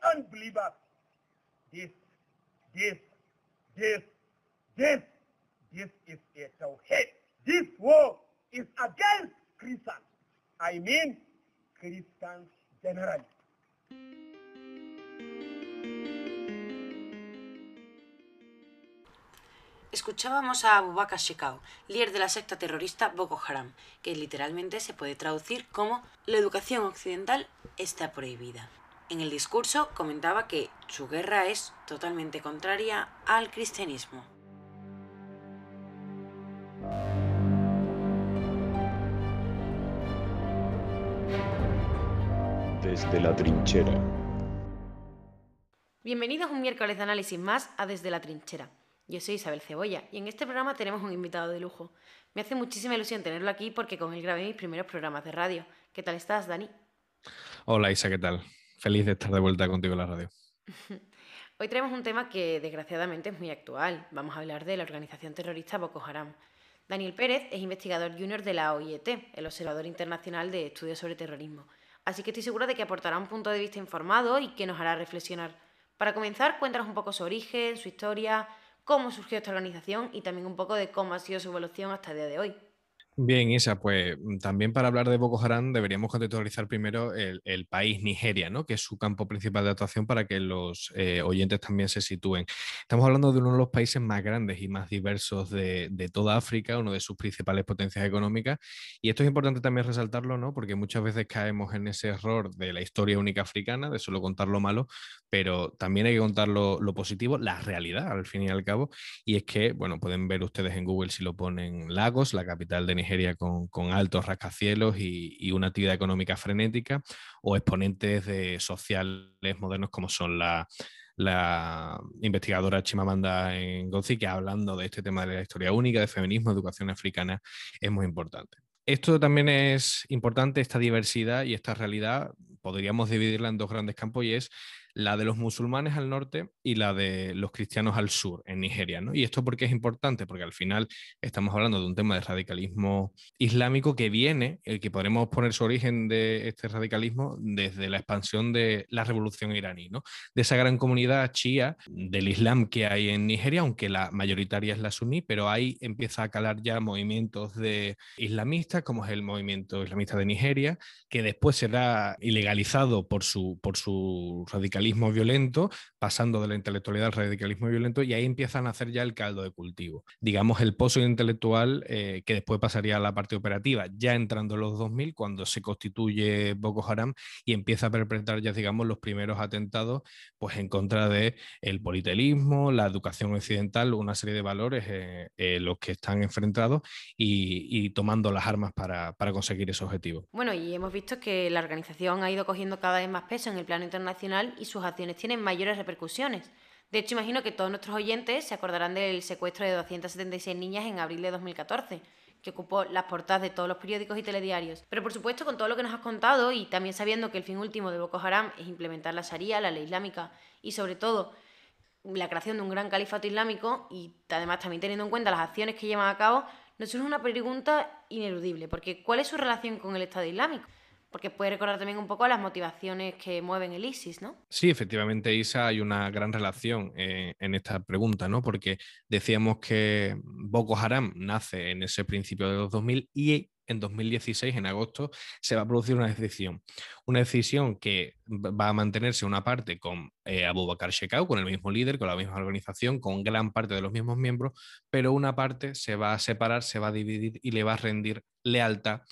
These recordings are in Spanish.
unbelievers. This is a tawhid. This war is against Christians. I mean Christians generally. Escuchábamos a Abu Bakr Shekau, líder de la secta terrorista Boko Haram, que literalmente se puede traducir como «la educación occidental está prohibida». En el discurso comentaba que su guerra es totalmente contraria al cristianismo. Desde la trinchera. Bienvenidos un miércoles de análisis más a Desde la trinchera. Yo soy Isabel Cebolla y en este programa tenemos un invitado de lujo. Me hace muchísima ilusión tenerlo aquí porque con él grabé mis primeros programas de radio. ¿Qué tal estás, Dani? Hola Isa, ¿qué tal? Feliz de estar de vuelta contigo en la radio. Hoy traemos un tema que desgraciadamente es muy actual. Vamos a hablar de la organización terrorista Boko Haram. Daniel Pérez es investigador junior de la OIET, el Observador Internacional de Estudios sobre Terrorismo. Así que estoy segura de que aportará un punto de vista informado y que nos hará reflexionar. Para comenzar, cuéntanos un poco su origen, su historia, cómo surgió esta organización y también un poco de cómo ha sido su evolución hasta el día de hoy. Bien, Isa, pues también para hablar de Boko Haram deberíamos contextualizar primero el país Nigeria, ¿no? Que es su campo principal de actuación para que los oyentes también se sitúen. Estamos hablando de uno de los países más grandes y más diversos de toda África, uno de sus principales potencias económicas. Y esto es importante también resaltarlo, ¿no? Porque muchas veces caemos en ese error de la historia única africana, de solo contar lo malo, pero también hay que contar lo positivo, la realidad, al fin y al cabo. Y es que, bueno, pueden ver ustedes en Google si lo ponen Lagos, la capital de Nigeria, con altos rascacielos y una actividad económica frenética, o exponentes sociales modernos como son la investigadora Chimamanda Ngozi, que hablando de este tema de la historia única, de feminismo, educación africana, es muy importante. Esto también es importante, esta diversidad y esta realidad, podríamos dividirla en dos grandes campos y es la de los musulmanes al norte y la de los cristianos al sur, en Nigeria, ¿no? ¿Y esto por qué es importante? Porque al final estamos hablando de un tema de radicalismo islámico que viene, el que podremos poner su origen de este radicalismo desde la expansión de la revolución iraní, ¿no? De esa gran comunidad chiía del Islam que hay en Nigeria, aunque la mayoritaria es la suní, pero ahí empieza a calar ya movimientos de islamistas, como es el movimiento islamista de Nigeria, que después será ilegalizado por su radicalismo violento, pasando de la intelectualidad al radicalismo violento, y ahí empiezan a hacer ya el caldo de cultivo. Digamos, el pozo intelectual que después pasaría a la parte operativa, ya entrando en los 2000, cuando se constituye Boko Haram y empieza a perpetrar ya, digamos, los primeros atentados pues, en contra del politeísmo, la educación occidental, una serie de valores los que están enfrentados y tomando las armas para conseguir ese objetivo. Bueno, y hemos visto que la organización ha ido cogiendo cada vez más peso en el plano internacional y sus acciones tienen mayores repercusiones. De hecho, imagino que todos nuestros oyentes se acordarán del secuestro de 276 niñas en abril de 2014, que ocupó las portadas de todos los periódicos y telediarios. Pero por supuesto, con todo lo que nos has contado y también sabiendo que el fin último de Boko Haram es implementar la Sharia, la ley islámica, y sobre todo la creación de un gran califato islámico, y además también teniendo en cuenta las acciones que llevan a cabo, nos surge una pregunta ineludible, porque ¿cuál es su relación con el Estado Islámico? Porque puede recordar también un poco a las motivaciones que mueven el ISIS, ¿no? Sí, efectivamente, Isa, hay una gran relación en esta pregunta, ¿no? Porque decíamos que Boko Haram nace en ese principio de los 2000 y en 2016, en agosto, se va a producir una decisión que va a mantenerse una parte con Abu Bakr Shekau, con el mismo líder, con la misma organización, con gran parte de los mismos miembros, pero una parte se va a separar, se va a dividir y le va a rendir lealtad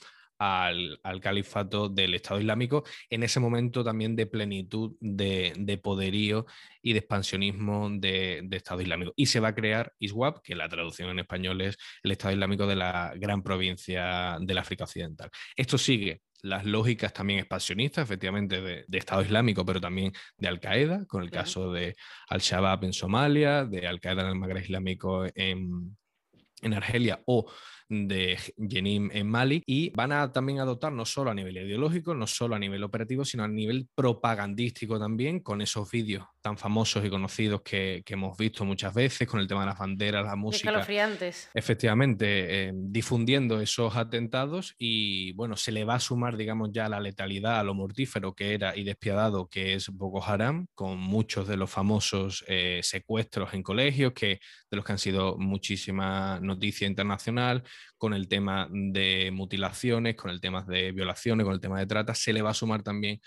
al califato del Estado Islámico, en ese momento también de plenitud de poderío y de expansionismo de Estado Islámico. Y se va a crear ISWAP, que la traducción en español es el Estado Islámico de la gran provincia del África Occidental. Esto sigue las lógicas también expansionistas, efectivamente, de Estado Islámico, pero también de Al-Qaeda, con el caso de Al-Shabaab en Somalia, de Al-Qaeda en el Magreb Islámico en Argelia o de Jenin en Mali, y van a también adoptar no solo a nivel ideológico, no solo a nivel operativo, sino a nivel propagandístico también, con esos vídeos tan famosos y conocidos que hemos visto muchas veces con el tema de las banderas, la Y música. escalofriantes. Efectivamente, difundiendo esos atentados y bueno, se le va a sumar, digamos, ya la letalidad, a lo mortífero que era y despiadado que es Boko Haram, con muchos de los famosos secuestros en colegios, de los que han sido muchísima noticia internacional, con el tema de mutilaciones, con el tema de violaciones, con el tema de trata. Se le va a sumar también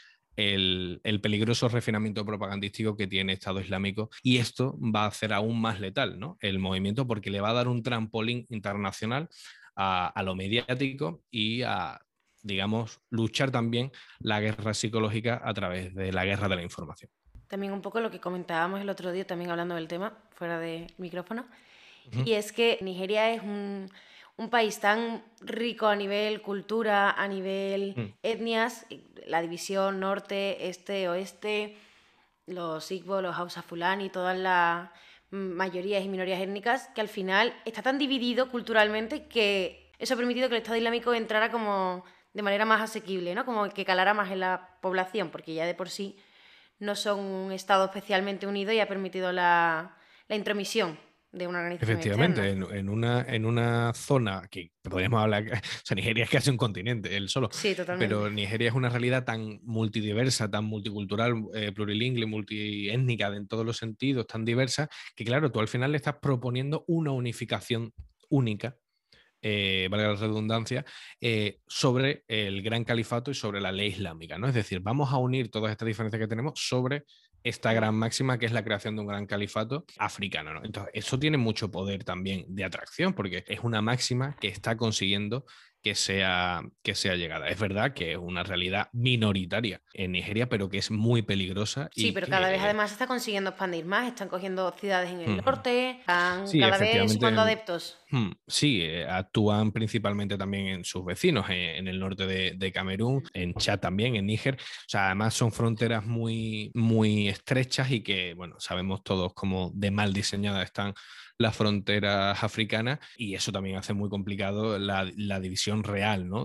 el peligroso refinamiento propagandístico que tiene Estado Islámico, y esto va a hacer aún más letal, ¿no?, el movimiento, porque le va a dar un trampolín internacional a lo mediático y a, digamos, luchar también la guerra psicológica a través de la guerra de la información. También un poco lo que comentábamos el otro día, también hablando del tema, fuera de micrófono, Ujú. y es que Nigeria es un país tan rico a nivel cultura, a nivel Mm. etnias, la división norte, este, oeste, los Igbo, los Hausa Fulani, todas las mayorías y minorías étnicas, que al final está tan dividido culturalmente que eso ha permitido que el Estado Islámico entrara como de manera más asequible, ¿no? Como que calara más en la población, porque ya de por sí no son un Estado especialmente unido y ha permitido la intromisión de una organización Efectivamente, externa. en una zona que podríamos hablar, o sea, Nigeria es casi un continente, él solo, Sí, totalmente. pero Nigeria es una realidad tan multidiversa, tan multicultural, plurilingüe, multiétnica en todos los sentidos, tan diversa, que claro, tú al final le estás proponiendo una unificación única, valga la redundancia, sobre el gran califato y sobre la ley islámica, ¿no? Es decir, vamos a unir todas estas diferencias que tenemos sobre esta gran máxima que es la creación de un gran califato africano, ¿no? Entonces, eso tiene mucho poder también de atracción, porque es una máxima que está consiguiendo que sea llegada. Es verdad que es una realidad minoritaria en Nigeria, pero que es muy peligrosa Sí, y pero cada vez que... además se está consiguiendo expandir más. Están cogiendo ciudades en el Ujú. norte, están Sí, cada vez efectivamente. sumando adeptos. Sí, actúan principalmente también en sus vecinos, en el norte de Camerún, en Chad también, en Níger. O sea, además son fronteras muy, muy estrechas y que, bueno, sabemos todos cómo de mal diseñadas están las fronteras africanas, y eso también hace muy complicado la división real, ¿no?,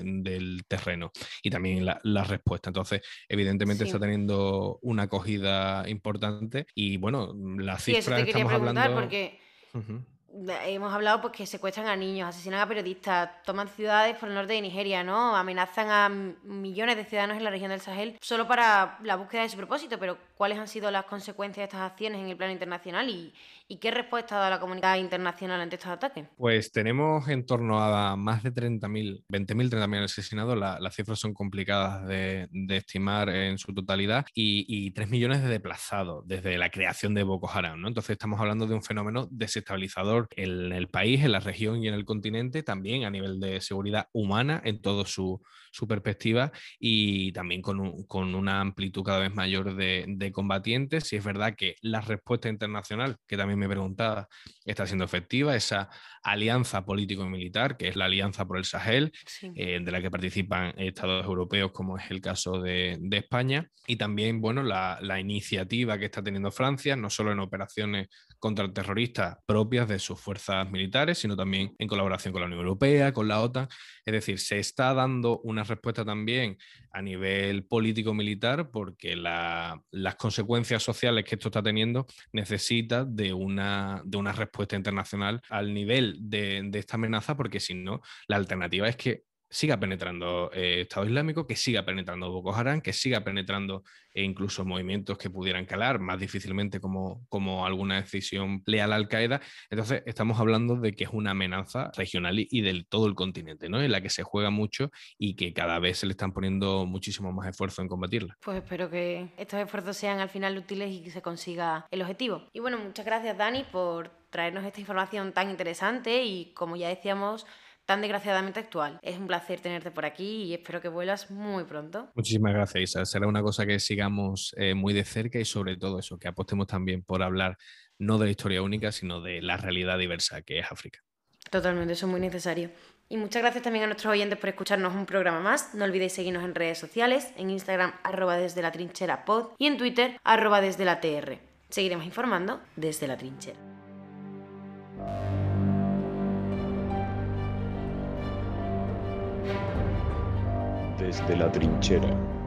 del terreno y también la respuesta. Entonces, evidentemente Sí. está teniendo una acogida importante y, bueno, las Sí, eso te cifras quería estamos preguntar hablando... porque Ujú. hemos hablado pues que secuestran a niños, asesinan a periodistas, toman ciudades por el norte de Nigeria, ¿no? Amenazan a millones de ciudadanos en la región del Sahel solo para la búsqueda de su propósito, pero ¿cuáles han sido las consecuencias de estas acciones en el plano internacional y qué respuesta ha dado la comunidad internacional ante estos ataques? Pues tenemos en torno a más de 30.000, 20.000, 30.000 asesinados. Las cifras son complicadas de estimar en su totalidad, y 3 millones de desplazados desde la creación de Boko Haram, ¿no? Entonces estamos hablando de un fenómeno desestabilizador en el país, en la región y en el continente, también a nivel de seguridad humana en toda su perspectiva, y también con una amplitud cada vez mayor de combatientes. Y es verdad que la respuesta internacional, que también me preguntaba, está siendo efectiva. Esa alianza político y militar, que es la Alianza por el Sahel, Sí. de la que participan estados europeos, como es el caso de España, y también, bueno, la iniciativa que está teniendo Francia, no solo en operaciones contraterroristas propias de sus fuerzas militares, sino también en colaboración con la Unión Europea, con la OTAN. Es decir, se está dando una respuesta también a nivel político-militar, porque las consecuencias sociales que esto está teniendo necesita de una respuesta internacional al nivel de esta amenaza, porque si no, la alternativa es que siga penetrando Estado Islámico, que siga penetrando Boko Haram, que siga penetrando incluso movimientos que pudieran calar más difícilmente, como alguna decisión leal a Al-Qaeda. Entonces, estamos hablando de que es una amenaza regional y de todo el continente, ¿no?, en la que se juega mucho y que cada vez se le están poniendo muchísimo más esfuerzo en combatirla. Pues espero que estos esfuerzos sean al final útiles y que se consiga el objetivo. Y bueno, muchas gracias, Dani, por traernos esta información tan interesante y, como ya decíamos, tan desgraciadamente actual. Es un placer tenerte por aquí y espero que vuelas muy pronto. Muchísimas gracias, Isa. Será una cosa que sigamos muy de cerca, y sobre todo eso, que apostemos también por hablar no de la historia única, sino de la realidad diversa que es África. Totalmente, eso es muy necesario. Y muchas gracias también a nuestros oyentes por escucharnos un programa más. No olvidéis seguirnos en redes sociales, en Instagram @desde la trinchera pod y en Twitter @desde la tr. Seguiremos informando desde la trinchera. Desde la trinchera.